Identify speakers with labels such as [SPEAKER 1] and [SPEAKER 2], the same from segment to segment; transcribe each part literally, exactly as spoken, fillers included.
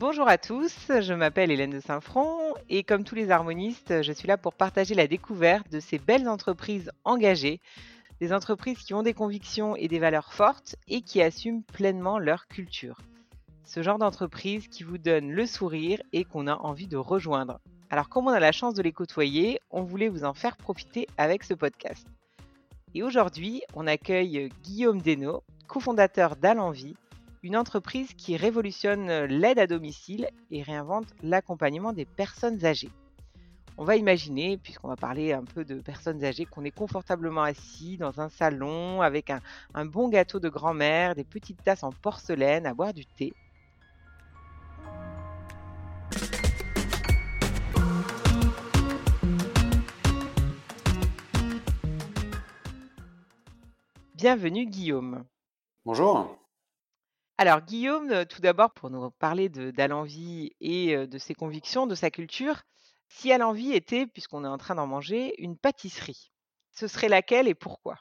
[SPEAKER 1] Bonjour à tous, je m'appelle Hélène de Saint-Front et comme tous les harmonistes, je suis là pour partager la découverte de ces belles entreprises engagées, des entreprises qui ont des convictions et des valeurs fortes et qui assument pleinement leur culture. Ce genre d'entreprise qui vous donne le sourire et qu'on a envie de rejoindre. Alors comme on a la chance de les côtoyer, on voulait vous en faire profiter avec ce podcast. Et aujourd'hui, on accueille Guillaume Desnaux, cofondateur d'Alenvie, une entreprise qui révolutionne l'aide à domicile et réinvente l'accompagnement des personnes âgées. On va imaginer, puisqu'on va parler un peu de personnes âgées, qu'on est confortablement assis dans un salon avec un, un bon gâteau de grand-mère, des petites tasses en porcelaine à boire du thé. Bienvenue Guillaume.
[SPEAKER 2] Bonjour.
[SPEAKER 1] Alors Guillaume, euh, tout d'abord pour nous parler de- d'Alenvie et euh, de ses convictions, de sa culture, si Alenvie était, puisqu'on est en train d'en manger, une pâtisserie, ce serait laquelle et pourquoi?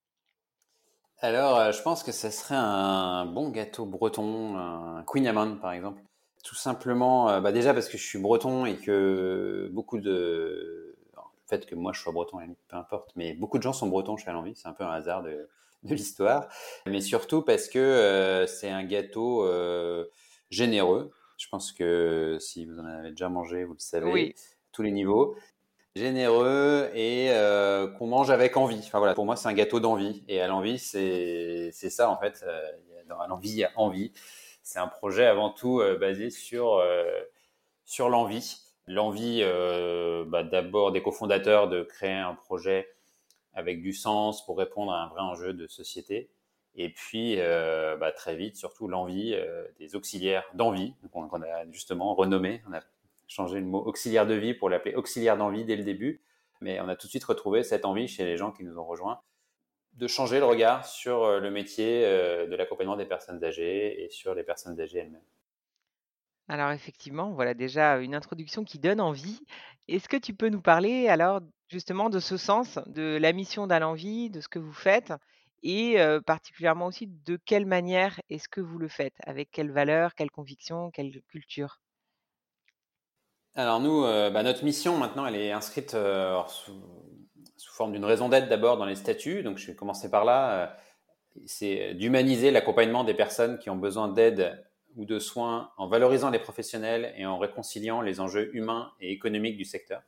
[SPEAKER 2] Alors, euh, je pense que ça serait un bon gâteau breton, un Queen Amand par exemple. Tout simplement, euh, bah déjà parce que je suis breton et que beaucoup de... alors, le fait que moi je sois breton, à la limite, peu importe, mais beaucoup de gens sont bretons chez Alenvie, c'est un peu un hasard de, de l'histoire. Mais surtout parce que euh, c'est un gâteau euh, généreux. Je pense que si vous en avez déjà mangé, vous le savez,
[SPEAKER 1] Oui,
[SPEAKER 2] à tous les niveaux. Généreux et euh, qu'on mange avec envie. Enfin voilà, pour moi c'est un gâteau d'envie et à l'envie c'est c'est ça en fait. Euh, dans à l'envie il y a envie. C'est un projet avant tout euh, basé sur euh, sur l'envie. L'envie euh, bah, d'abord des cofondateurs de créer un projet avec du sens pour répondre à un vrai enjeu de société. Et puis euh, bah, très vite surtout l'envie euh, des auxiliaires d'envie qu'on qu'on a justement renommé. On a changé le mot auxiliaire de vie pour l'appeler auxiliaire d'envie dès le début. Mais on a tout de suite retrouvé cette envie chez les gens qui nous ont rejoints de changer le regard sur euh, le métier euh, de l'accompagnement des personnes âgées et sur les personnes âgées elles-mêmes.
[SPEAKER 1] alors effectivement, voilà déjà une introduction qui donne envie. Est-ce que tu peux nous parler alors justement de ce sens, de la mission d'Alenvie, de ce que vous faites et euh, particulièrement aussi de quelle manière est-ce que vous le faites, avec quelles valeurs, quelles convictions, quelle culture?
[SPEAKER 2] Alors nous, euh, bah, notre mission maintenant, elle est inscrite euh, alors, sous, sous forme d'une raison d'être d'abord dans les statuts. Donc je vais commencer par là. Euh, c'est d'humaniser l'accompagnement des personnes qui ont besoin d'aide ou de soins en valorisant les professionnels et en réconciliant les enjeux humains et économiques du secteur.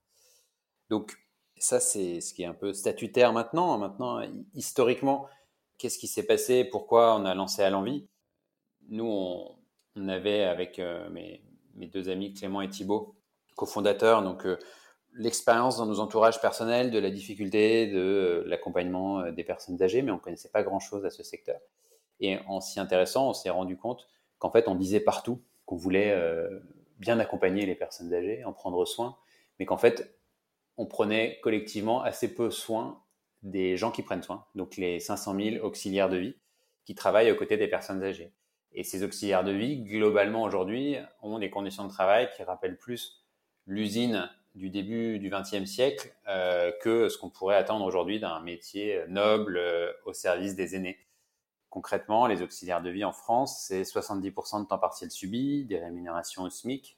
[SPEAKER 2] Donc ça, c'est ce qui est un peu statutaire maintenant. Maintenant, historiquement, qu'est-ce qui s'est passé? Pourquoi on a lancé à l'envie? Nous, on, on avait avec euh, mes, mes deux amis Clément et Thibaut, cofondateurs, donc euh, l'expérience dans nos entourages personnels de la difficulté de euh, l'accompagnement euh, des personnes âgées, mais on ne connaissait pas grand-chose à ce secteur. Et en s'y intéressant, on s'est rendu compte qu'en fait, on disait partout qu'on voulait euh, bien accompagner les personnes âgées, en prendre soin, mais qu'en fait, on prenait collectivement assez peu soin des gens qui prennent soin, donc les cinq cent mille auxiliaires de vie qui travaillent aux côtés des personnes âgées. Et ces auxiliaires de vie, globalement aujourd'hui, ont des conditions de travail qui rappellent plus l'usine du début du vingtième siècle euh, que ce qu'on pourrait attendre aujourd'hui d'un métier noble euh, au service des aînés. Concrètement, les auxiliaires de vie en France, c'est soixante-dix pour cent de temps partiel subi, des rémunérations au SMIC,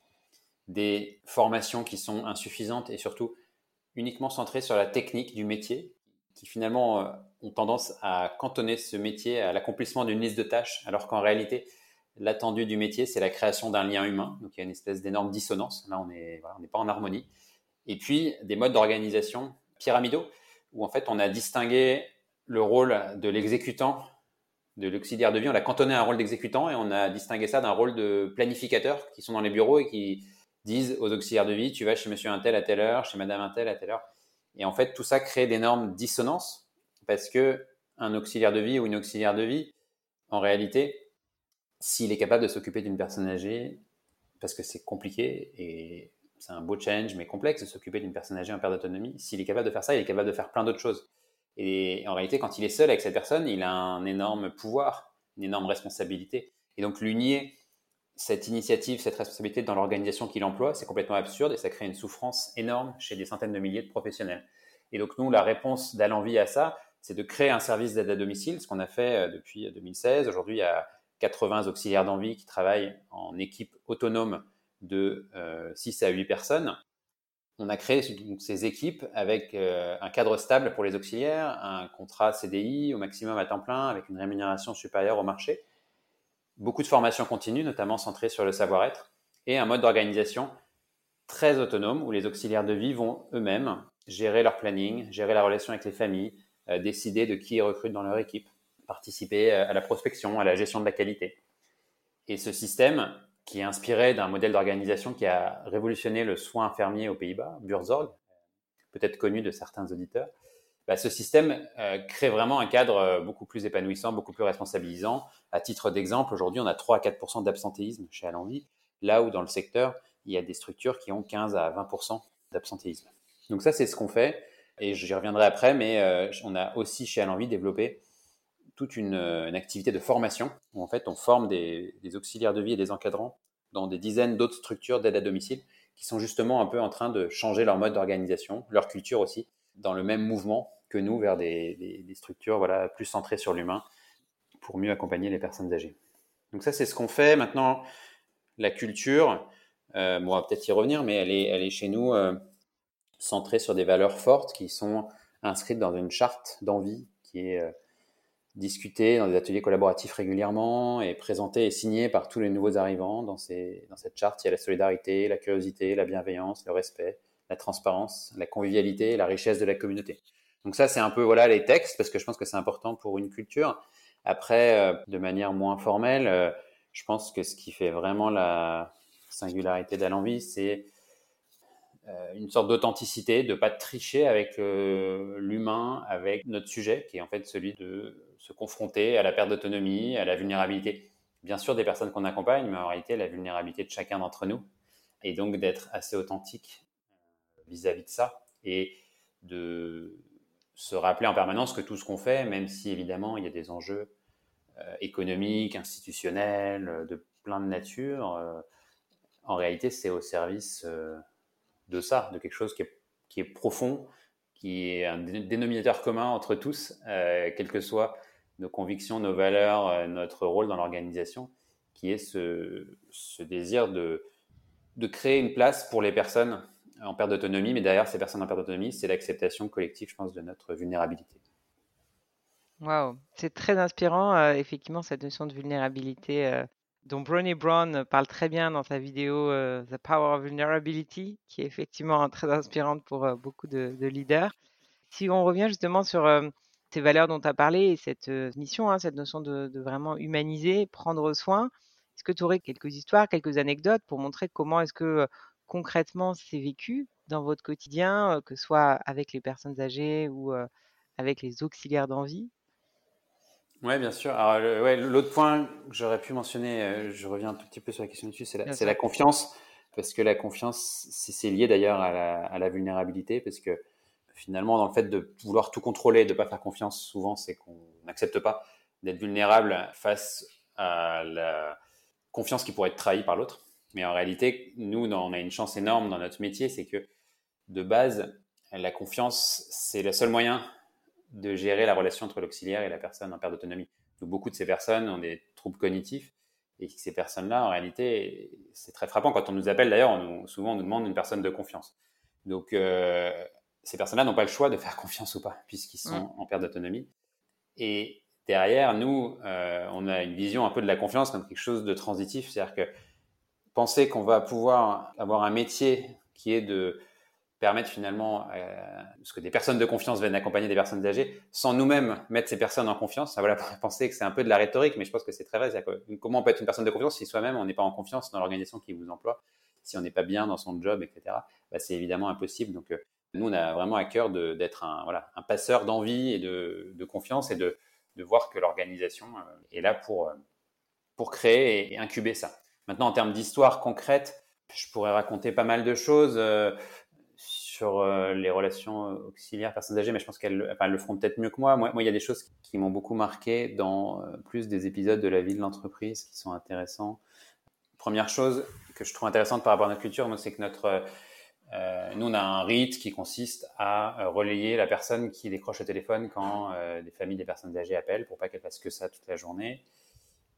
[SPEAKER 2] des formations qui sont insuffisantes et surtout uniquement centrées sur la technique du métier, qui finalement euh, ont tendance à cantonner ce métier à l'accomplissement d'une liste de tâches, alors qu'en réalité, l'attendu du métier, c'est la création d'un lien humain. Donc il y a une espèce d'énorme dissonance. Là, on n'est voilà, on n'est pas en harmonie. Et puis, des modes d'organisation pyramidaux, où en fait, on a distingué le rôle de l'exécutant, de l'auxiliaire de vie, on l'a cantonné à un rôle d'exécutant et on a distingué ça d'un rôle de planificateur qui sont dans les bureaux et qui disent aux auxiliaires de vie, tu vas chez monsieur un tel à telle heure, chez madame un tel à telle heure. Et en fait, tout ça crée d'énormes dissonances parce que un auxiliaire de vie ou une auxiliaire de vie, en réalité, s'il est capable de s'occuper d'une personne âgée, parce que c'est compliqué et c'est un beau challenge, mais complexe de s'occuper d'une personne âgée en perte d'autonomie, s'il est capable de faire ça, il est capable de faire plein d'autres choses. Et en réalité, quand il est seul avec cette personne, il a un énorme pouvoir, une énorme responsabilité. Et donc, lui nier cette initiative, cette responsabilité dans l'organisation qu'il emploie, c'est complètement absurde et ça crée une souffrance énorme chez des centaines de milliers de professionnels. Et donc, nous, la réponse d'Alenvie à ça, c'est de créer un service d'aide à domicile, ce qu'on a fait depuis deux mille seize. Aujourd'hui, il y a quatre-vingts auxiliaires d'envie qui travaillent en équipe autonome de euh, six à huit personnes. On a créé donc, ces équipes avec euh, un cadre stable pour les auxiliaires, un contrat C D I au maximum à temps plein avec une rémunération supérieure au marché, beaucoup de formations continues, notamment centrées sur le savoir-être, et un mode d'organisation très autonome où les auxiliaires de vie vont eux-mêmes gérer leur planning, gérer la relation avec les familles, euh, décider de qui ils recrutent dans leur équipe, participer à la prospection, à la gestion de la qualité. Et ce système, qui est inspiré d'un modèle d'organisation qui a révolutionné le soin infirmier aux Pays-Bas, Buurtzorg, peut-être connu de certains auditeurs, bah, ce système euh, crée vraiment un cadre euh, beaucoup plus épanouissant, beaucoup plus responsabilisant. À titre d'exemple, aujourd'hui, on a trois à quatre pour cent d'absentéisme chez Allenvie, là où dans le secteur, il y a des structures qui ont quinze à vingt pour cent d'absentéisme. Donc ça, c'est ce qu'on fait, et j'y reviendrai après, mais euh, on a aussi chez Allenvie développé toute une, une activité de formation, où en fait, on forme des, des auxiliaires de vie et des encadrants dans des dizaines d'autres structures d'aide à domicile qui sont justement un peu en train de changer leur mode d'organisation, leur culture aussi, dans le même mouvement que nous vers des, des, des structures voilà, plus centrées sur l'humain pour mieux accompagner les personnes âgées. Donc ça, c'est ce qu'on fait. Maintenant, la culture, euh, bon, on va peut-être y revenir, mais elle est, elle est chez nous euh, centrée sur des valeurs fortes qui sont inscrites dans une charte d'envie qui est euh, discutée dans des ateliers collaboratifs régulièrement et présentée et signée par tous les nouveaux arrivants. Dans, ces, dans cette charte, il y a la solidarité, la curiosité, la bienveillance, le respect, la transparence, la convivialité et la richesse de la communauté. Donc ça, c'est un peu voilà, les textes, parce que je pense que c'est important pour une culture. Après, euh, de manière moins formelle, euh, je pense que ce qui fait vraiment la singularité d'Allenvie, c'est euh, une sorte d'authenticité, de ne pas tricher avec euh, l'humain, avec notre sujet, qui est en fait celui de se confronter à la perte d'autonomie, à la vulnérabilité. Bien sûr, des personnes qu'on accompagne, mais en réalité, la vulnérabilité de chacun d'entre nous. Et donc, d'être assez authentique vis-à-vis de ça et de se rappeler en permanence que tout ce qu'on fait, même si évidemment il y a des enjeux euh, économiques, institutionnels, euh, de plein de nature, euh, en réalité c'est au service euh, de ça, de quelque chose qui est, qui est profond, qui est un dénominateur commun entre tous, euh, quelles que soient nos convictions, nos valeurs, euh, notre rôle dans l'organisation, qui est ce, ce désir de, de créer une place pour les personnes en perte d'autonomie, mais derrière ces personnes en perte d'autonomie, c'est l'acceptation collective, je pense, de notre vulnérabilité.
[SPEAKER 1] Waouh, c'est très inspirant, euh, effectivement, cette notion de vulnérabilité euh, dont Brené Brown parle très bien dans sa vidéo euh, The Power of Vulnerability, qui est effectivement très inspirante pour euh, beaucoup de, de leaders. Si on revient justement sur euh, ces valeurs dont tu as parlé et cette euh, mission, hein, cette notion de, de vraiment humaniser, prendre soin, est-ce que tu aurais quelques histoires, quelques anecdotes pour montrer comment est-ce que euh, concrètement c'est vécu dans votre quotidien, euh, que ce soit avec les personnes âgées ou euh, avec les auxiliaires d'envie?
[SPEAKER 2] Oui, bien sûr. Alors, le- ouais, l'autre point que j'aurais pu mentionner, euh, je reviens un tout petit peu sur la question dessus, c'est la,
[SPEAKER 1] Bien
[SPEAKER 2] c'est
[SPEAKER 1] sûr.
[SPEAKER 2] la confiance, parce que la confiance, c'est c'est lié d'ailleurs à la, à la vulnérabilité, parce que finalement, dans le fait de vouloir tout contrôler, de ne pas faire confiance, souvent, c'est qu'on n'accepte pas d'être vulnérable face à la confiance qui pourrait être trahie par l'autre. Mais en réalité, nous, dans- on a une chance énorme dans notre métier, c'est que de base, la confiance, c'est le seul moyen de gérer la relation entre l'auxiliaire et la personne en perte d'autonomie. Donc, beaucoup de ces personnes ont des troubles cognitifs et ces personnes-là, en réalité, c'est très frappant. Quand on nous appelle, d'ailleurs, on nous- souvent, on nous demande une personne de confiance. Donc, euh, ces personnes-là n'ont pas le choix de faire confiance ou pas, puisqu'ils
[SPEAKER 1] Mm.
[SPEAKER 2] sont en perte d'autonomie. Et derrière, nous, euh, on a une vision un peu de la confiance comme quelque chose de transitif. C'est-à-dire que penser qu'on va pouvoir avoir un métier qui est de permettre finalement euh, ce que des personnes de confiance viennent accompagner des personnes âgées sans nous-mêmes mettre ces personnes en confiance. Enfin, voilà, penser que c'est un peu de la rhétorique, mais je pense que c'est très vrai. Que, comment on peut être une personne de confiance si soi-même on n'est pas en confiance dans l'organisation qui vous emploie, si on n'est pas bien dans son job, et cetera. Bah, c'est évidemment impossible. Donc, euh, nous, on a vraiment à cœur de, d'être un, voilà, un passeur d'envie et de, de confiance et de, de voir que l'organisation euh, est là pour, euh, pour créer et, et incuber ça. Maintenant, en termes d'histoire concrète, je pourrais raconter pas mal de choses. Euh, sur euh, les relations auxiliaires personnes âgées, mais je pense qu'elles enfin, elles le feront peut-être mieux que moi. Moi, moi, il y a des choses qui m'ont beaucoup marqué dans euh, plus des épisodes de la vie de l'entreprise qui sont intéressants. Première chose que je trouve intéressante par rapport à notre culture, moi, c'est que notre, euh, nous, on a un rite qui consiste à euh, relayer la personne qui décroche le téléphone quand euh, des familles des personnes âgées appellent pour pas qu'elle fasse que ça toute la journée.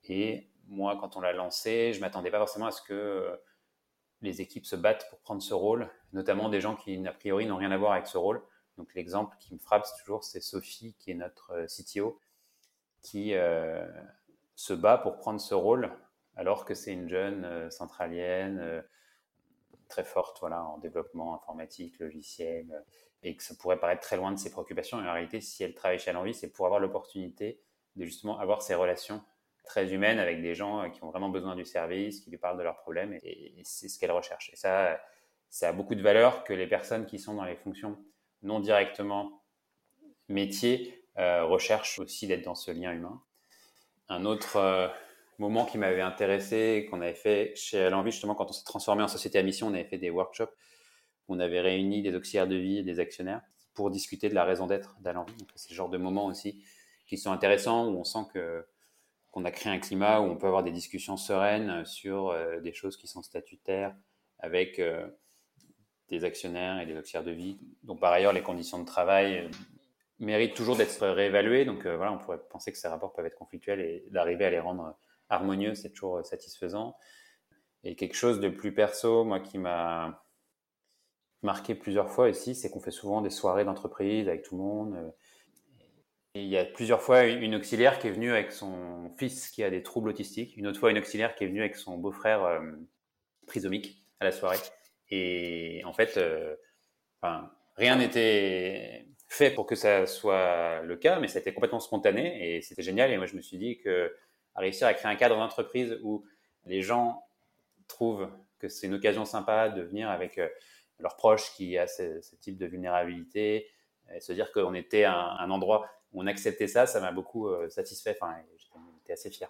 [SPEAKER 2] Et moi, quand on l'a lancé, je ne m'attendais pas forcément à ce que les équipes se battent pour prendre ce rôle, notamment des gens qui, a priori, n'ont rien à voir avec ce rôle. Donc, l'exemple qui me frappe toujours, c'est Sophie, qui est notre C T O, qui euh, se bat pour prendre ce rôle, alors que c'est une jeune euh, centralienne, euh, très forte voilà, en développement informatique, logiciel, euh, et que ça pourrait paraître très loin de ses préoccupations. Et en réalité, si elle travaille chez Allenvie, c'est pour avoir l'opportunité de justement avoir ces relations très humaines avec des gens qui ont vraiment besoin du service, qui lui parlent de leurs problèmes, et, et c'est ce qu'elle recherche. Et ça, ça a beaucoup de valeur que les personnes qui sont dans les fonctions non directement métiers euh, recherchent aussi d'être dans ce lien humain. Un autre euh, moment qui m'avait intéressé, qu'on avait fait chez Allenvie, justement, quand on s'est transformé en société à mission, on avait fait des workshops où on avait réuni des auxiliaires de vie et des actionnaires pour discuter de la raison d'être d'Allenvie. Donc, c'est ce genre de moments aussi qui sont intéressants, où on sent que, qu'on a créé un climat où on peut avoir des discussions sereines sur euh, des choses qui sont statutaires avec euh, des actionnaires et des auxiliaires de vie. Donc, par ailleurs, les conditions de travail euh, méritent toujours d'être réévaluées. Donc, euh, voilà, on pourrait penser que ces rapports peuvent être conflictuels, et d'arriver à les rendre harmonieux, c'est toujours satisfaisant. Et quelque chose de plus perso, moi, qui m'a marqué plusieurs fois ici, c'est qu'on fait souvent des soirées d'entreprise avec tout le monde. Et il y a plusieurs fois une auxiliaire qui est venue avec son fils qui a des troubles autistiques, une autre fois une auxiliaire qui est venue avec son beau-frère euh, trisomique à la soirée. Et en fait, euh, enfin, rien n'était fait pour que ça soit le cas, mais ça a été complètement spontané et c'était génial. Et moi, je me suis dit que à réussir à créer un cadre d'entreprise où les gens trouvent que c'est une occasion sympa de venir avec euh, leurs proches qui a ce, ce type de vulnérabilité, et se dire qu'on était un, un endroit où on acceptait ça, ça m'a beaucoup euh, satisfait. Enfin, j'étais assez fier.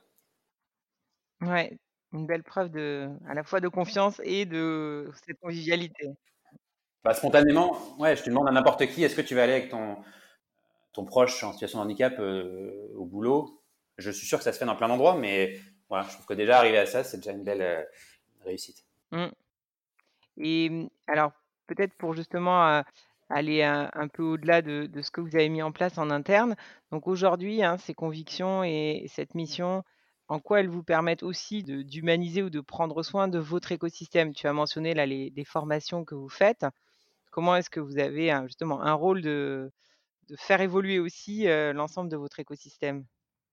[SPEAKER 1] Ouais, une belle preuve de à la fois de confiance et de cette convivialité.
[SPEAKER 2] Bah, spontanément, ouais, je te demande à n'importe qui, est-ce que tu vas aller avec ton, ton proche en situation de handicap euh, au boulot? Je suis sûr que ça se fait dans plein d'endroits, mais voilà, je trouve que déjà arriver à ça, c'est déjà une belle euh, réussite.
[SPEAKER 1] Mmh. Et mmh, alors peut-être pour justement, heu, aller un un peu au-delà de de ce que vous avez mis en place en interne. Donc aujourd'hui, hein, ces convictions et cette mission, en quoi elles vous permettent aussi de d'humaniser ou de prendre soin de votre écosystème? Tu as mentionné là les les formations que vous faites. Comment est-ce que vous avez un justement un rôle de de faire évoluer aussi, heu, l'ensemble de votre écosystème?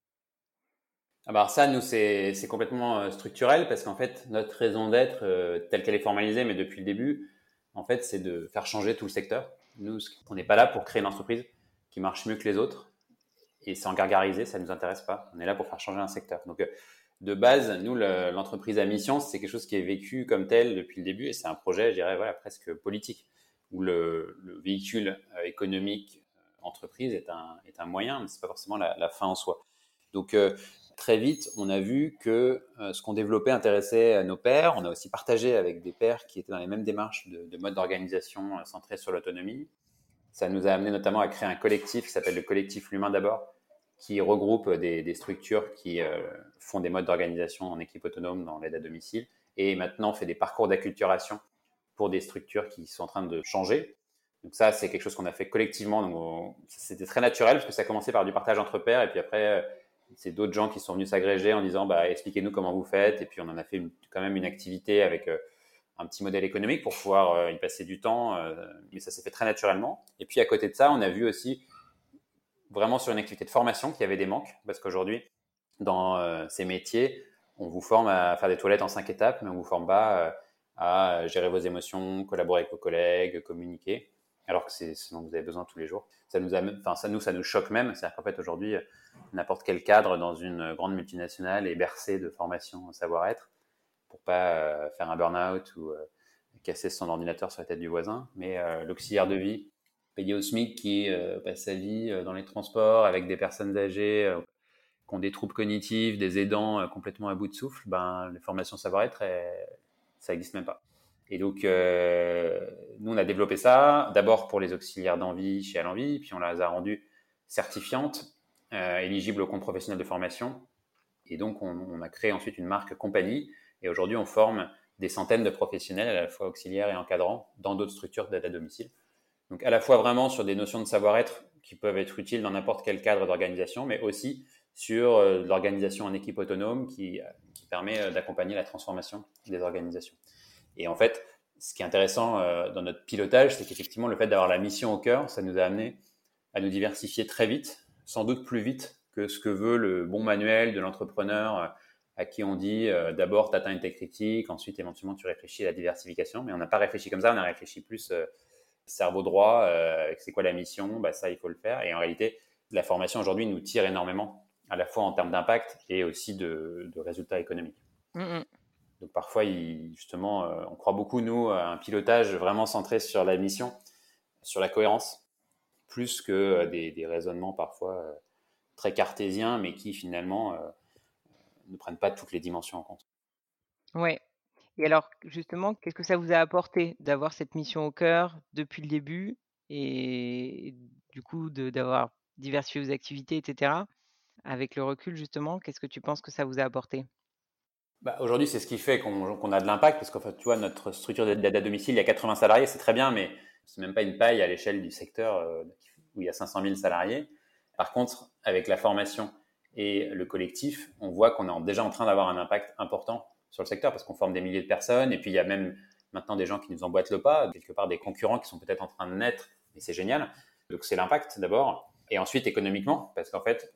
[SPEAKER 2] Ah bah alors ça, nous, c'est c'est complètement euh, structurel parce qu'en fait, notre raison d'être, euh, telle qu'elle est formalisée, mais depuis le début, en fait, c'est de faire changer tout le secteur. Nous, ce- on n'est pas là pour créer une entreprise qui marche mieux que les autres et s'en gargariser, ça ne nous intéresse pas. On est là pour faire changer un secteur. Donc, euh, de base, nous, le- l'entreprise à mission, c'est quelque chose qui est vécu comme tel depuis le début et c'est un projet, je dirais, voilà, presque politique, où le, le véhicule euh, économique euh, entreprise est un, est un moyen, mais c'est pas forcément la, la fin en soi. Donc, euh, très vite, on a vu que euh, ce qu'on développait intéressait à nos pairs. On a aussi partagé avec des pairs qui étaient dans les mêmes démarches de, de mode d'organisation euh, centré sur l'autonomie. Ça nous a amené notamment à créer un collectif qui s'appelle le collectif L'Humain d'abord, qui regroupe des, des structures qui euh, font des modes d'organisation en équipe autonome dans l'aide à domicile et maintenant fait des parcours d'acculturation pour des structures qui sont en train de changer. Donc ça, c'est quelque chose qu'on a fait collectivement. Donc on, c'était très naturel parce que ça a commencé par du partage entre pairs et puis après, c'est d'autres gens qui sont venus s'agréger en disant bah, expliquez-nous comment vous faites. Et puis on en a fait une, quand même une activité avec euh, un petit modèle économique pour pouvoir euh, y passer du temps. Euh, mais ça s'est fait très naturellement. Et puis à côté de ça, on a vu aussi vraiment sur une activité de formation qu'il y avait des manques parce qu'aujourd'hui, dans euh, ces métiers, on vous forme à faire des toilettes en cinq étapes, mais on vous forme pas euh, à gérer vos émotions, collaborer avec vos collègues, communiquer, alors que c'est ce dont vous avez besoin tous les jours. Ça nous, a, enfin, ça, nous, ça nous choque même. C'est-à-dire qu'en fait, aujourd'hui, n'importe quel cadre dans une grande multinationale est bercé de formation au savoir-être pour pas euh, faire un burn-out ou euh, casser son ordinateur sur la tête du voisin. Mais euh, l'auxiliaire de vie payé au SMIC qui euh, passe sa vie euh, dans les transports avec des personnes âgées euh, qui ont des troubles cognitifs, des aidants euh, complètement à bout de souffle, ben, les formations savoir-être, elles, ça n'existe même pas. Et donc, euh, nous, on a développé ça d'abord pour les auxiliaires d'envie chez Allenvie, puis on les a rendues certifiantes, euh, éligibles au compte professionnel de formation. Et donc, on, on a créé ensuite une marque compagnie. Et aujourd'hui, on forme des centaines de professionnels, à la fois auxiliaires et encadrants, dans d'autres structures d'aide à domicile. Donc, à la fois vraiment sur des notions de savoir-être qui peuvent être utiles dans n'importe quel cadre d'organisation, mais aussi sur euh, l'organisation en équipe autonome qui, qui permet euh, d'accompagner la transformation des organisations. Et en fait, ce qui est intéressant euh, dans notre pilotage, c'est qu'effectivement, le fait d'avoir la mission au cœur, ça nous a amené à nous diversifier très vite, sans doute plus vite que ce que veut le bon manuel de l'entrepreneur euh, à qui on dit euh, d'abord tu atteins une taille critique, ensuite éventuellement tu réfléchis à la diversification. Mais on n'a pas réfléchi comme ça, on a réfléchi plus euh, cerveau droit, euh, c'est quoi la mission, bah, ça il faut le faire. Et en réalité, la formation aujourd'hui nous tire énormément, à la fois en termes d'impact et aussi de, de résultats économiques.
[SPEAKER 1] Mmh.
[SPEAKER 2] Donc parfois, il, justement, euh, on croit beaucoup, nous, à un pilotage vraiment centré sur la mission, sur la cohérence, plus que euh, des, des raisonnements parfois euh, très cartésiens, mais qui finalement euh, ne prennent pas toutes les dimensions en compte.
[SPEAKER 1] Ouais. Et alors, justement, qu'est-ce que ça vous a apporté d'avoir cette mission au cœur depuis le début et du coup de d'avoir diversifié vos activités et cetera? Avec le recul justement, qu'est-ce que tu penses que ça vous a apporté?
[SPEAKER 2] Bah, aujourd'hui, c'est ce qui fait qu'on qu'on a de l'impact, parce qu'en fait, tu vois, notre structure d'aide à domicile, il y a quatre-vingts salariés, c'est très bien, mais c'est même pas une paille à l'échelle du secteur euh, où il y a cinq cent mille salariés. Par contre, avec la formation et le collectif, on voit qu'on est déjà en train d'avoir un impact important sur le secteur, parce qu'on forme des milliers de personnes, et puis il y a même maintenant des gens qui nous emboîtent le pas, quelque part des concurrents qui sont peut-être en train de naître, et c'est génial. Donc c'est l'impact d'abord, et ensuite économiquement, parce qu'en fait,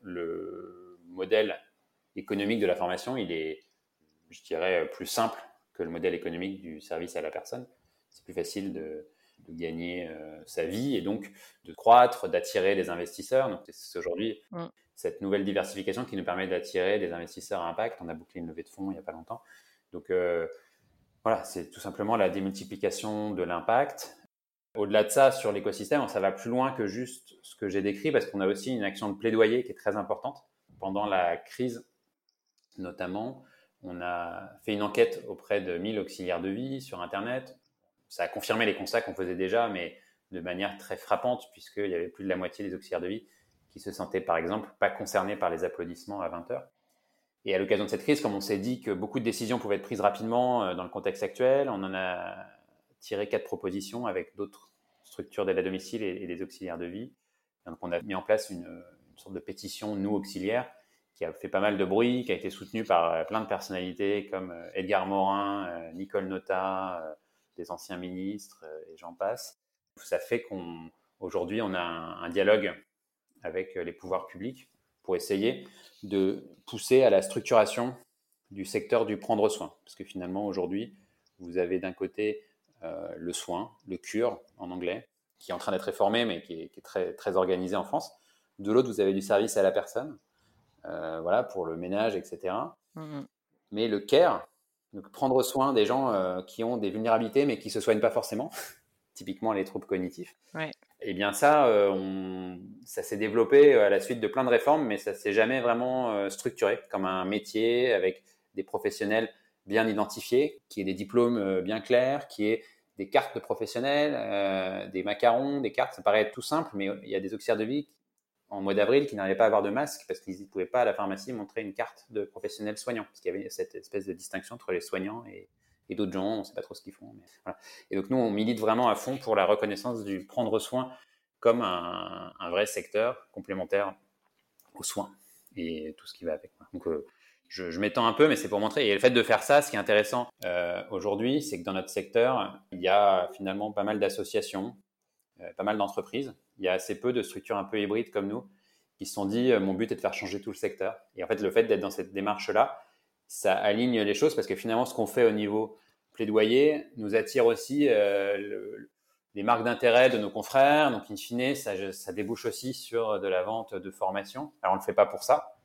[SPEAKER 2] le modèle économique de la formation, il est, je dirais, plus simple que le modèle économique du service à la personne. C'est plus facile de, de gagner euh, sa vie et donc de croître, d'attirer des investisseurs. Donc, c'est aujourd'hui
[SPEAKER 1] Mmh.
[SPEAKER 2] cette nouvelle diversification qui nous permet d'attirer des investisseurs à impact. On a bouclé une levée de fonds il n'y a pas longtemps. Donc, euh, voilà, c'est tout simplement la démultiplication de l'impact. Au-delà de ça, sur l'écosystème, ça va plus loin que juste ce que j'ai décrit, parce qu'on a aussi une action de plaidoyer qui est très importante. Pendant la crise, notamment, on a fait une enquête auprès de mille auxiliaires de vie sur Internet. Ça a confirmé les constats qu'on faisait déjà, mais de manière très frappante, puisqu'il y avait plus de la moitié des auxiliaires de vie qui se sentaient, par exemple, pas concernés par les applaudissements à vingt heures. Et à l'occasion de cette crise, comme on s'est dit que beaucoup de décisions pouvaient être prises rapidement dans le contexte actuel, on en a tiré quatre propositions avec d'autres structures d'aide à domicile et, et des auxiliaires de vie. Donc on a mis en place une, une sorte de pétition, nous auxiliaires, qui a fait pas mal de bruit, qui a été soutenue par plein de personnalités comme Edgar Morin, Nicole Notat, des anciens ministres et j'en passe. Ça fait qu'aujourd'hui, on, on a un, un dialogue avec les pouvoirs publics pour essayer de pousser à la structuration du secteur du prendre soin. Parce que finalement, aujourd'hui, vous avez d'un côté euh, le soin, le cure en anglais, qui est en train d'être réformé, mais qui est, qui est très, très organisé en France. De l'autre, vous avez du service à la personne, euh, voilà, pour le ménage, et cetera. Mmh. Mais le care, donc prendre soin des gens euh, qui ont des vulnérabilités, mais qui ne se soignent pas forcément, typiquement les troubles cognitifs.
[SPEAKER 1] Ouais.
[SPEAKER 2] Eh bien ça, euh, on, ça s'est développé à la suite de plein de réformes, mais ça ne s'est jamais vraiment euh, structuré comme un métier avec des professionnels bien identifiés, qui aient des diplômes euh, bien clairs, qui aient des cartes de professionnels, euh, des macarons, des cartes. Ça paraît tout simple, mais il y a des auxiliaires de vie en mois d'avril qui n'arrivaient pas à avoir de masque parce qu'ils ne pouvaient pas à la pharmacie montrer une carte de professionnel soignant, parce qu'il y avait cette espèce de distinction entre les soignants et, et d'autres gens, on ne sait pas trop ce qu'ils font. Mais voilà. Et donc nous, on milite vraiment à fond pour la reconnaissance du prendre soin comme un, un vrai secteur complémentaire aux soins et tout ce qui va avec. Donc euh, je, je m'étends un peu, mais c'est pour montrer. Et le fait de faire ça, ce qui est intéressant euh, aujourd'hui, c'est que dans notre secteur, il y a finalement pas mal d'associations, euh, pas mal d'entreprises. Il y a assez peu de structures un peu hybrides comme nous qui se sont dit euh, mon but est de faire changer tout le secteur. Et en fait, le fait d'être dans cette démarche-là, ça aligne les choses parce que finalement, ce qu'on fait au niveau plaidoyer nous attire aussi euh, le, les marques d'intérêt de nos confrères. Donc, in fine, ça, ça débouche aussi sur de la vente de formation. Alors, on ne le fait pas pour ça,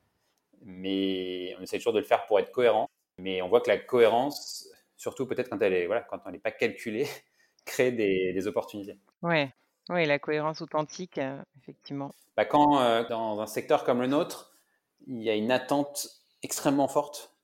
[SPEAKER 2] mais on essaie toujours de le faire pour être cohérent. Mais on voit que la cohérence, surtout peut-être quand elle est, voilà, quand on n'est pas calculée, crée des, des opportunités.
[SPEAKER 1] Ouais, ouais, la cohérence authentique, euh, effectivement.
[SPEAKER 2] Bah, quand euh, dans un secteur comme le nôtre, il y a une attente extrêmement forte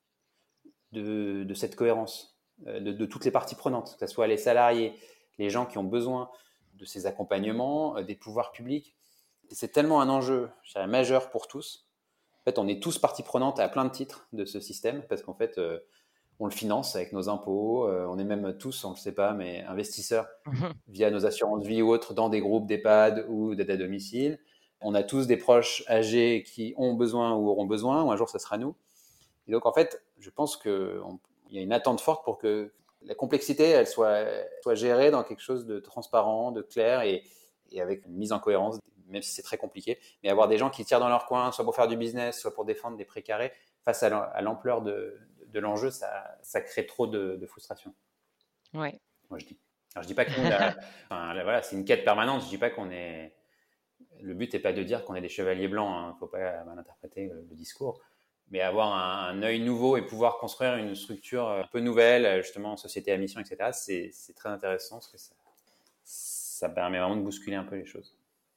[SPEAKER 2] de, de cette cohérence, euh, de, de toutes les parties prenantes, que ce soit les salariés, les gens qui ont besoin de ces accompagnements, euh, des pouvoirs publics. Et c'est tellement un enjeu, je dirais, majeur pour tous. En fait, on est tous partie prenante à plein de titres de ce système, parce qu'en fait, euh, on le finance avec nos impôts, euh, on est même tous, on ne le sait pas, mais investisseurs via nos assurances vie ou autres dans des groupes d'EHPAD ou d'aide à domicile. On a tous des proches âgés qui ont besoin ou auront besoin, ou un jour, ce sera nous. Et donc, en fait, je pense qu'il y a une attente forte pour que la complexité, elle soit, soit gérée dans quelque chose de transparent, de clair et, et avec une mise en cohérence, même si c'est très compliqué. Mais avoir des gens qui tirent dans leur coin, soit pour faire du business, soit pour défendre des précarés, face à l'ampleur de, de l'enjeu, ça, ça crée trop de, de frustration.
[SPEAKER 1] Ouais.
[SPEAKER 2] Moi, je dis. Alors, je dis pas que nous, la, enfin, là, voilà, c'est une quête permanente. Je dis pas qu'on est. Le but n'est pas de dire qu'on est des chevaliers blancs. Il hein. ne faut pas mal interpréter le, le discours. Mais avoir un, un œil nouveau et pouvoir construire une structure un peu nouvelle, justement, société à mission, et cetera, c'est, c'est très intéressant parce que ça, ça permet vraiment de bousculer un peu les choses.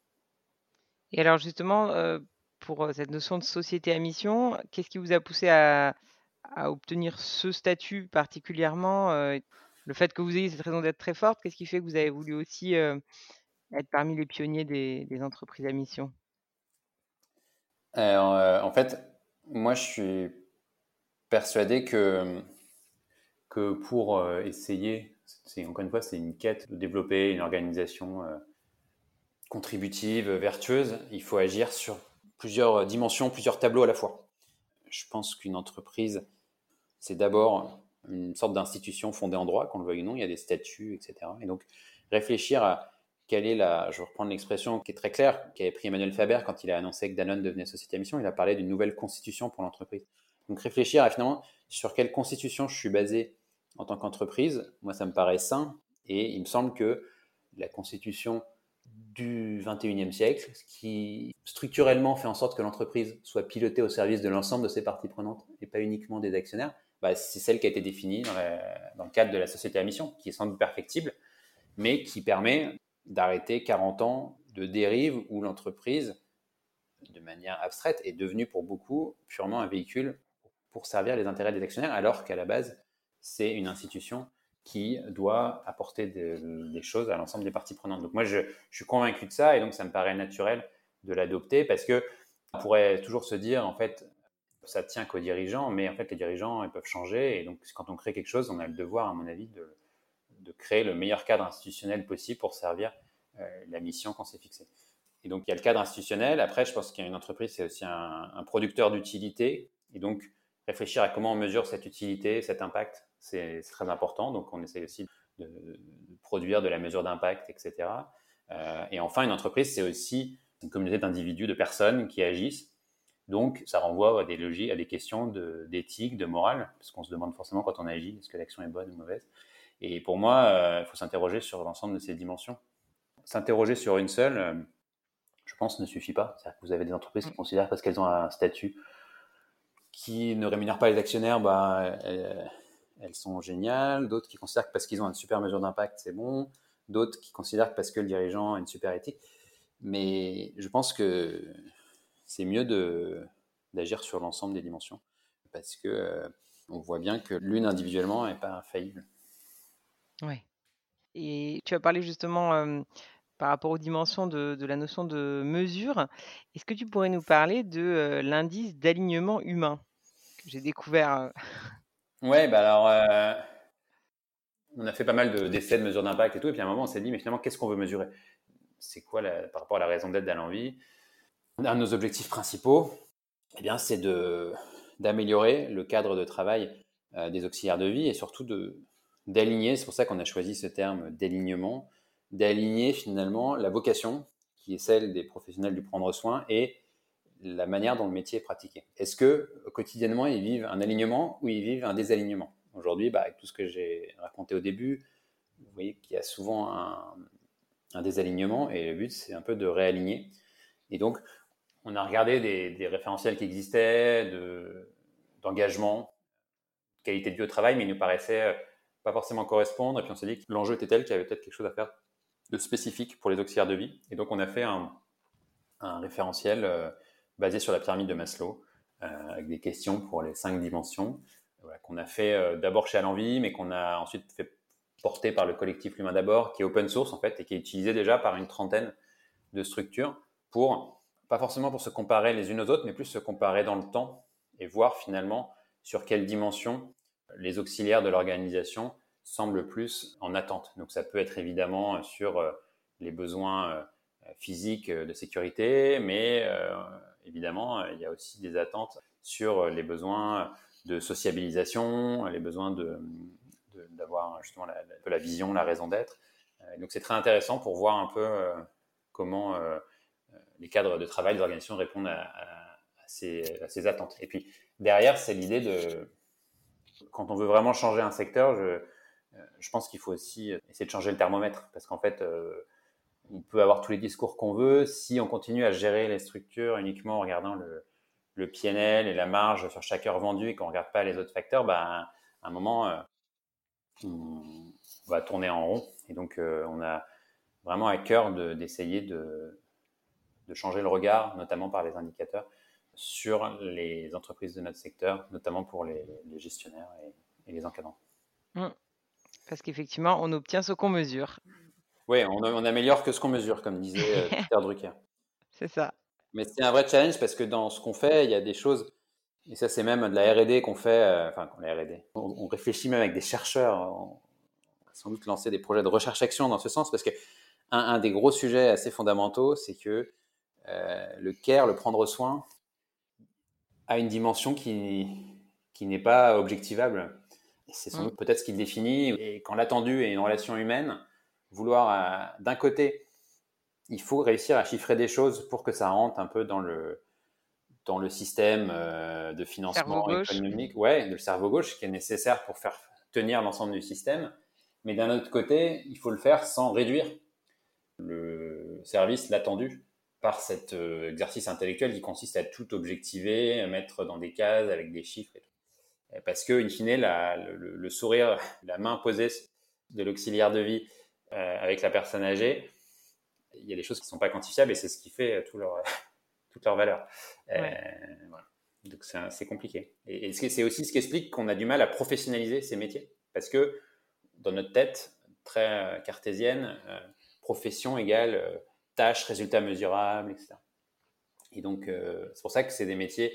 [SPEAKER 1] Et alors justement, euh, pour cette notion de société à mission, qu'est-ce qui vous a poussé à, à obtenir ce statut particulièrement euh, le fait que vous ayez cette raison d'être très forte, qu'est-ce qui fait que vous avez voulu aussi euh, être parmi les pionniers des, des entreprises à mission?
[SPEAKER 2] Alors, euh, en fait, moi, je suis persuadé que, que pour euh, essayer, c'est, encore une fois, c'est une quête de développer une organisation euh, contributive, vertueuse, il faut agir sur plusieurs dimensions, plusieurs tableaux à la fois. Je pense qu'une entreprise, c'est d'abord une sorte d'institution fondée en droit, qu'on le veuille ou non, il y a des statuts, et cetera. Et donc, réfléchir à quelle est la, je vais reprendre l'expression qui est très claire, qu'avait pris Emmanuel Faber quand il a annoncé que Danone devenait société à mission, il a parlé d'une nouvelle constitution pour l'entreprise. Donc, réfléchir à finalement sur quelle constitution je suis basé en tant qu'entreprise, moi, ça me paraît sain, et il me semble que la constitution du vingt et unième siècle, qui structurellement fait en sorte que l'entreprise soit pilotée au service de l'ensemble de ses parties prenantes et pas uniquement des actionnaires, bah, c'est celle qui a été définie dans, la, dans le cadre de la société à mission, qui est sans doute perfectible, mais qui permet d'arrêter quarante ans de dérive où l'entreprise, de manière abstraite, est devenue pour beaucoup purement un véhicule pour servir les intérêts des actionnaires, alors qu'à la base, c'est une institution qui doit apporter des, des choses à l'ensemble des parties prenantes. Donc moi, je, je suis convaincu de ça et donc ça me paraît naturel de l'adopter parce que on pourrait toujours se dire, en fait, ça tient qu'aux dirigeants, mais en fait, les dirigeants, ils peuvent changer et donc quand on crée quelque chose, on a le devoir, à mon avis, de, de créer le meilleur cadre institutionnel possible pour servir euh, la mission qu'on s'est fixée. Et donc, il y a le cadre institutionnel. Après, je pense qu'il y a une entreprise, c'est aussi un, un producteur d'utilité. Et donc, réfléchir à comment on mesure cette utilité, cet impact, c'est, c'est très important. Donc, on essaie aussi de, de produire de la mesure d'impact, et cetera. Euh, et enfin, une entreprise, c'est aussi une communauté d'individus, de personnes qui agissent. Donc, ça renvoie à des logiques, à des questions de, d'éthique, de morale, parce qu'on se demande forcément quand on agit, est-ce que l'action est bonne ou mauvaise. Et pour moi, euh, il faut s'interroger sur l'ensemble de ces dimensions. S'interroger sur une seule, euh, je pense, ne suffit pas. C'est-à-dire que vous avez des entreprises qui considèrent parce qu'elles ont un statut qui ne rémunère pas les actionnaires, bah, elles, elles sont géniales. D'autres qui considèrent que parce qu'ils ont une super mesure d'impact, c'est bon. D'autres qui considèrent que parce que le dirigeant a une super éthique. Mais je pense que c'est mieux de, d'agir sur l'ensemble des dimensions parce que euh, on voit bien que l'une individuellement n'est pas infaillible.
[SPEAKER 1] Ouais. Et tu as parlé justement euh, par rapport aux dimensions de, de la notion de mesure. Est-ce que tu pourrais nous parler de euh, l'indice d'alignement humain que j'ai découvert euh,
[SPEAKER 2] Ouais, bah alors, euh, on a fait pas mal de, d'essais de mesures d'impact et tout, et puis à un moment, on s'est dit, mais finalement, qu'est-ce qu'on veut mesurer? C'est quoi, la, par rapport à la raison d'être d'Alain Vie? Un de nos objectifs principaux, eh bien, c'est de, d'améliorer le cadre de travail euh, des auxiliaires de vie et surtout de, d'aligner, c'est pour ça qu'on a choisi ce terme d'alignement, d'aligner finalement la vocation, qui est celle des professionnels du prendre soin, et la manière dont le métier est pratiqué. Est-ce que quotidiennement, ils vivent un alignement ou ils vivent un désalignement? Aujourd'hui, bah, avec tout ce que j'ai raconté au début, vous voyez qu'il y a souvent un, un désalignement et le but, c'est un peu de réaligner. Et donc, on a regardé des, des référentiels qui existaient, de, d'engagement, de qualité de vie au travail, mais ils nous paraissaient pas forcément correspondre. Et puis on s'est dit que l'enjeu était tel qu'il y avait peut-être quelque chose à faire de spécifique pour les auxiliaires de vie. Et donc on a fait un, un référentiel euh, basé sur la pyramide de Maslow, euh, avec des questions pour les cinq dimensions, voilà, qu'on a fait euh, d'abord chez Alain Vie, mais qu'on a ensuite fait porter par le collectif L'Humain d'abord, qui est open source en fait, et qui est utilisé déjà par une trentaine de structures pour, pas forcément pour se comparer les unes aux autres, mais plus se comparer dans le temps et voir finalement sur quelle dimension les auxiliaires de l'organisation semblent plus en attente. Donc ça peut être évidemment sur les besoins physiques de sécurité, mais euh, évidemment, il y a aussi des attentes sur les besoins de sociabilisation, les besoins de, de, d'avoir justement la, la, la vision, la raison d'être. Euh, donc c'est très intéressant pour voir un peu euh, comment euh, les cadres de travail, les organisations répondent à, à, à, ces, à ces attentes. Et puis derrière, c'est l'idée de, quand on veut vraiment changer un secteur, je, je pense qu'il faut aussi essayer de changer le thermomètre, parce qu'en fait, euh, on peut avoir tous les discours qu'on veut. Si on continue à gérer les structures uniquement en regardant le, le P and L et la marge sur chaque heure vendue et qu'on ne regarde pas les autres facteurs, bah, à un moment, euh, on va tourner en rond. Et donc, euh, on a vraiment à cœur de, d'essayer de, de changer le regard, notamment par les indicateurs, sur les entreprises de notre secteur, notamment pour les, les gestionnaires et, et les encadrants.
[SPEAKER 1] Mmh. Parce qu'effectivement, on obtient ce qu'on mesure.
[SPEAKER 2] Oui, on, on améliore que ce qu'on mesure, comme disait Peter Drucker.
[SPEAKER 1] C'est ça.
[SPEAKER 2] Mais c'est un vrai challenge parce que dans ce qu'on fait, il y a des choses, et ça c'est même de la R et D qu'on fait, euh, enfin la R et D, on, on réfléchit même avec des chercheurs, on va sans doute lancer des projets de recherche-action dans ce sens, parce que un, un des gros sujets assez fondamentaux, c'est que euh, le care, le prendre soin, a une dimension qui, qui n'est pas objectivable. Et c'est sans doute peut-être ce qui le définit. Et quand l'attendu est une relation humaine, vouloir euh, d'un côté, il faut réussir à chiffrer des choses pour que ça rentre un peu dans le, dans le système euh, de financement économique, ouais, le cerveau gauche qui est nécessaire pour faire tenir l'ensemble du système. Mais d'un autre côté, il faut le faire sans réduire le service, l'attendu, par cet euh, exercice intellectuel qui consiste à tout objectiver, à mettre dans des cases avec des chiffres et tout. Parce que, in fine, la, le, le sourire, la main posée de l'auxiliaire de vie euh, avec la personne âgée, il y a des choses qui ne sont pas quantifiables et c'est ce qui fait tout leur, toute leur valeur. Ouais. Euh, voilà. Donc c'est, c'est compliqué. Et, et c'est aussi ce qui explique qu'on a du mal à professionnaliser ces métiers. Parce que dans notre tête très cartésienne, euh, profession égale euh, tâche, résultat mesurable, et cetera. Et donc euh, c'est pour ça que c'est des métiers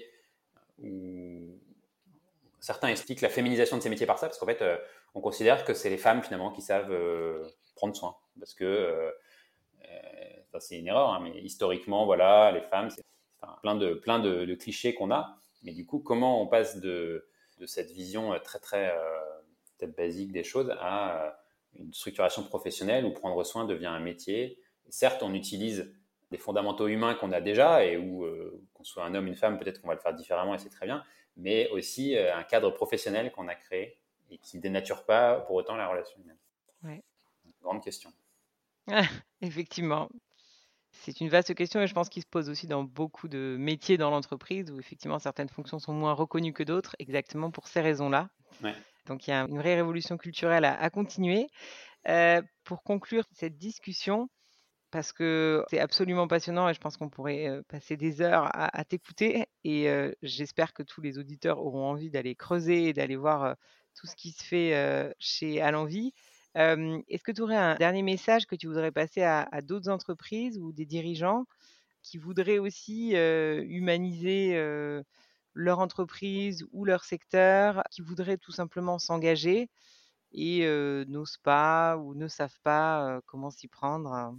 [SPEAKER 2] où certains expliquent la féminisation de ces métiers par ça, parce qu'en fait euh, on considère que c'est les femmes finalement qui savent euh, prendre soin. Parce que euh, euh, c'est une erreur, hein, mais historiquement, voilà, les femmes, c'est enfin, plein, de, plein de, de clichés qu'on a. Mais du coup, comment on passe de, de cette vision très, très euh, peut-être basique des choses à euh, une structuration professionnelle où prendre soin devient un métier. Certes, on utilise des fondamentaux humains qu'on a déjà et où, euh, qu'on soit un homme, une femme, peut-être qu'on va le faire différemment et c'est très bien, mais aussi euh, un cadre professionnel qu'on a créé et qui ne dénature pas pour autant la relation humaine.
[SPEAKER 1] Ouais.
[SPEAKER 2] Grande question.
[SPEAKER 1] Effectivement. C'est une vaste question et je pense qu'il se pose aussi dans beaucoup de métiers dans l'entreprise où effectivement certaines fonctions sont moins reconnues que d'autres, exactement pour ces raisons-là.
[SPEAKER 2] Ouais.
[SPEAKER 1] Donc il y a une vraie révolution culturelle à, à continuer. Euh, pour conclure cette discussion, parce que c'est absolument passionnant et je pense qu'on pourrait euh, passer des heures à, à t'écouter et euh, j'espère que tous les auditeurs auront envie d'aller creuser et d'aller voir euh, tout ce qui se fait euh, chez Allenvie. Euh, est-ce que tu aurais un dernier message que tu voudrais passer à, à d'autres entreprises ou des dirigeants qui voudraient aussi euh, humaniser euh, leur entreprise ou leur secteur, qui voudraient tout simplement s'engager et euh, n'osent pas ou ne savent pas euh, comment s'y prendre?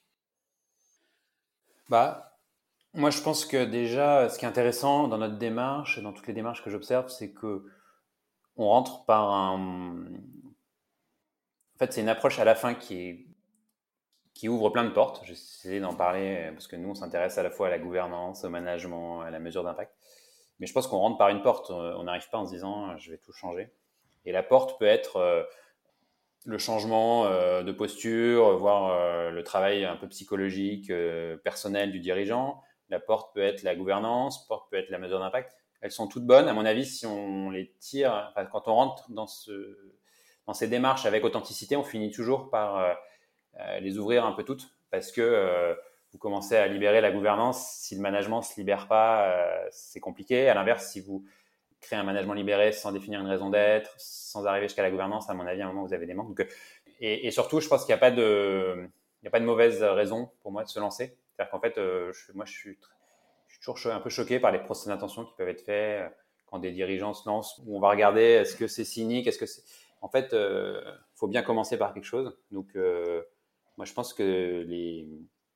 [SPEAKER 2] Bah, moi, je pense que déjà, ce qui est intéressant dans notre démarche et dans toutes les démarches que j'observe, c'est que on rentre par un. En fait, c'est une approche à la fin qui est qui ouvre plein de portes. J'essaie d'en parler parce que nous, on s'intéresse à la fois à la gouvernance, au management, à la mesure d'impact. Mais je pense qu'on rentre par une porte. On n'arrive pas en se disant, je vais tout changer. Et la porte peut être euh, le changement euh, de posture, voire euh, le travail un peu psychologique, euh, personnel du dirigeant. La porte peut être la gouvernance, la porte peut être la mesure d'impact. Elles sont toutes bonnes, à mon avis, si on les tire. Enfin, quand on rentre dans, ce, dans ces démarches avec authenticité, on finit toujours par euh, les ouvrir un peu toutes, parce que euh, vous commencez à libérer la gouvernance. Si le management ne se libère pas, euh, c'est compliqué. À l'inverse, si vous créer un management libéré sans définir une raison d'être, sans arriver jusqu'à la gouvernance, à mon avis, à un moment, vous avez des manques. Donc, et, et surtout, je pense qu'il n'y a pas de, il n'y a pas de mauvaise raison pour moi de se lancer. C'est-à-dire qu'en fait, euh, je, moi, je suis, je suis toujours un peu choqué par les procès d'intention qui peuvent être faits quand des dirigeants se lancent, où on va regarder est-ce que c'est cynique, est-ce que c'est... En fait, il euh, faut bien commencer par quelque chose. Donc, euh, moi, je pense que les,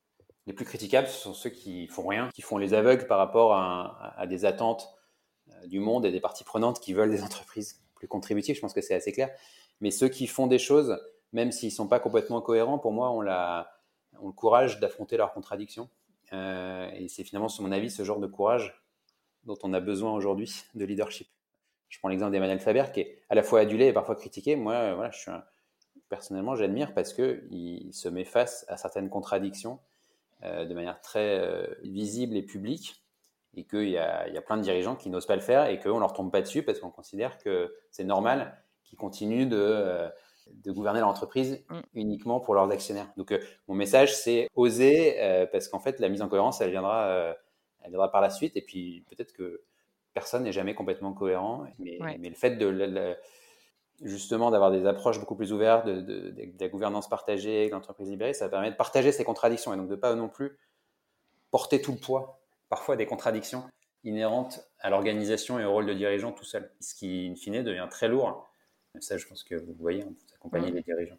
[SPEAKER 2] Les plus critiquables, ce sont ceux qui font rien, qui font les aveugles par rapport à, à des attentes euh, du monde et des parties prenantes qui veulent des entreprises plus contributives. Je pense que c'est assez clair. Mais ceux qui font des choses, même s'ils ne sont pas complètement cohérents, pour moi, ont, la, ont le courage d'affronter leurs contradictions. Euh, et c'est finalement, à mon avis, ce genre de courage dont on a besoin aujourd'hui de leadership. Je prends l'exemple d'Emmanuel Faber, qui est à la fois adulé et parfois critiqué. Moi, voilà, je suis un, personnellement, j'admire parce qu'il se met face à certaines contradictions euh, de manière très euh, visible et publique, et qu'il y a, il y a plein de dirigeants qui n'osent pas le faire et qu'on ne leur tombe pas dessus parce qu'on considère que c'est normal qu'ils continuent de, euh, de gouverner leur entreprise
[SPEAKER 1] Mm.
[SPEAKER 2] uniquement pour leurs actionnaires. Donc, euh, mon message, c'est oser, euh, parce qu'en fait, la mise en cohérence, elle viendra, euh, elle viendra par la suite, et puis peut-être que personne n'est jamais complètement cohérent, mais,
[SPEAKER 1] Ouais.
[SPEAKER 2] mais le fait de... Le, le, justement d'avoir des approches beaucoup plus ouvertes, de, de, de, de la gouvernance partagée, de l'entreprise libérée, ça permet de partager ces contradictions et donc de ne pas non plus porter tout le poids, parfois des contradictions inhérentes à l'organisation et au rôle de dirigeant tout seul, ce qui, in fine, devient très lourd. Ça, je pense que vous voyez, vous accompagnez mmh. les dirigeants.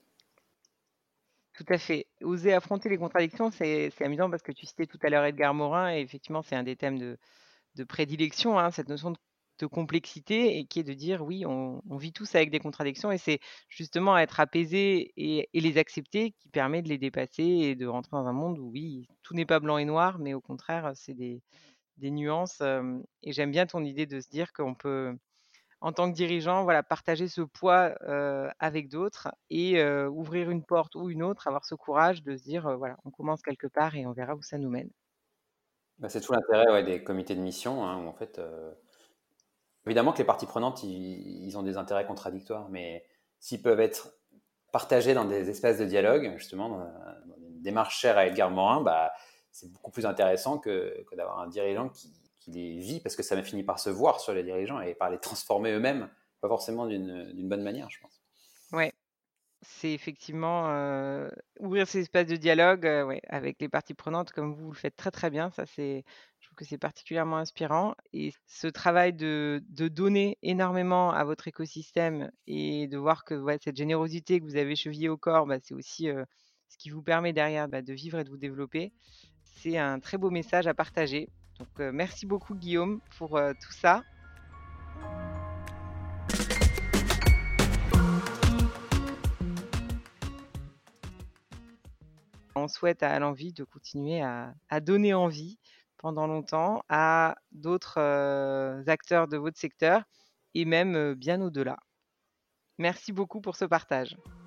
[SPEAKER 1] Tout à fait. Oser affronter les contradictions, c'est, c'est amusant parce que tu citais tout à l'heure Edgar Morin, et effectivement, c'est un des thèmes de, de prédilection, hein, cette notion de, de complexité, et qui est de dire, oui, on, on vit tous avec des contradictions, et c'est justement être apaisé et, et les accepter qui permet de les dépasser et de rentrer dans un monde où, oui, tout n'est pas blanc et noir, mais au contraire, c'est des, des nuances. euh, et j'aime bien ton idée de se dire qu'on peut, en tant que dirigeant, voilà, partager ce poids euh, avec d'autres et euh, ouvrir une porte ou une autre, avoir ce courage de se dire, euh, voilà, on commence quelque part et on verra où ça nous mène.
[SPEAKER 2] Bah, c'est tout l'intérêt ouais, des comités de mission, hein, où en fait, euh, évidemment que les parties prenantes, ils, ils ont des intérêts contradictoires, mais s'ils peuvent être partagés dans des espaces de dialogue, justement, dans, dans une démarche chère à Edgar Morin, bah, c'est beaucoup plus intéressant que, que d'avoir un dirigeant qui, qui les vit, parce que ça m'a fini par se voir sur les dirigeants et par les transformer eux-mêmes, pas forcément d'une, d'une bonne manière, je pense.
[SPEAKER 1] Ouais, c'est effectivement euh, ouvrir ces espaces de dialogue euh, ouais, avec les parties prenantes, comme vous, vous le faites très très bien. Ça, c'est, je trouve que c'est particulièrement inspirant. Et ce travail de, de donner énormément à votre écosystème et de voir que ouais, cette générosité que vous avez chevillée au corps, bah, c'est aussi euh, ce qui vous permet derrière bah, de vivre et de vous développer. C'est un très beau message à partager. Donc, euh, merci beaucoup, Guillaume, pour euh, tout ça. On souhaite à l'envie de continuer à, à donner envie pendant longtemps à d'autres euh, acteurs de votre secteur et même euh, bien au-delà. Merci beaucoup pour ce partage.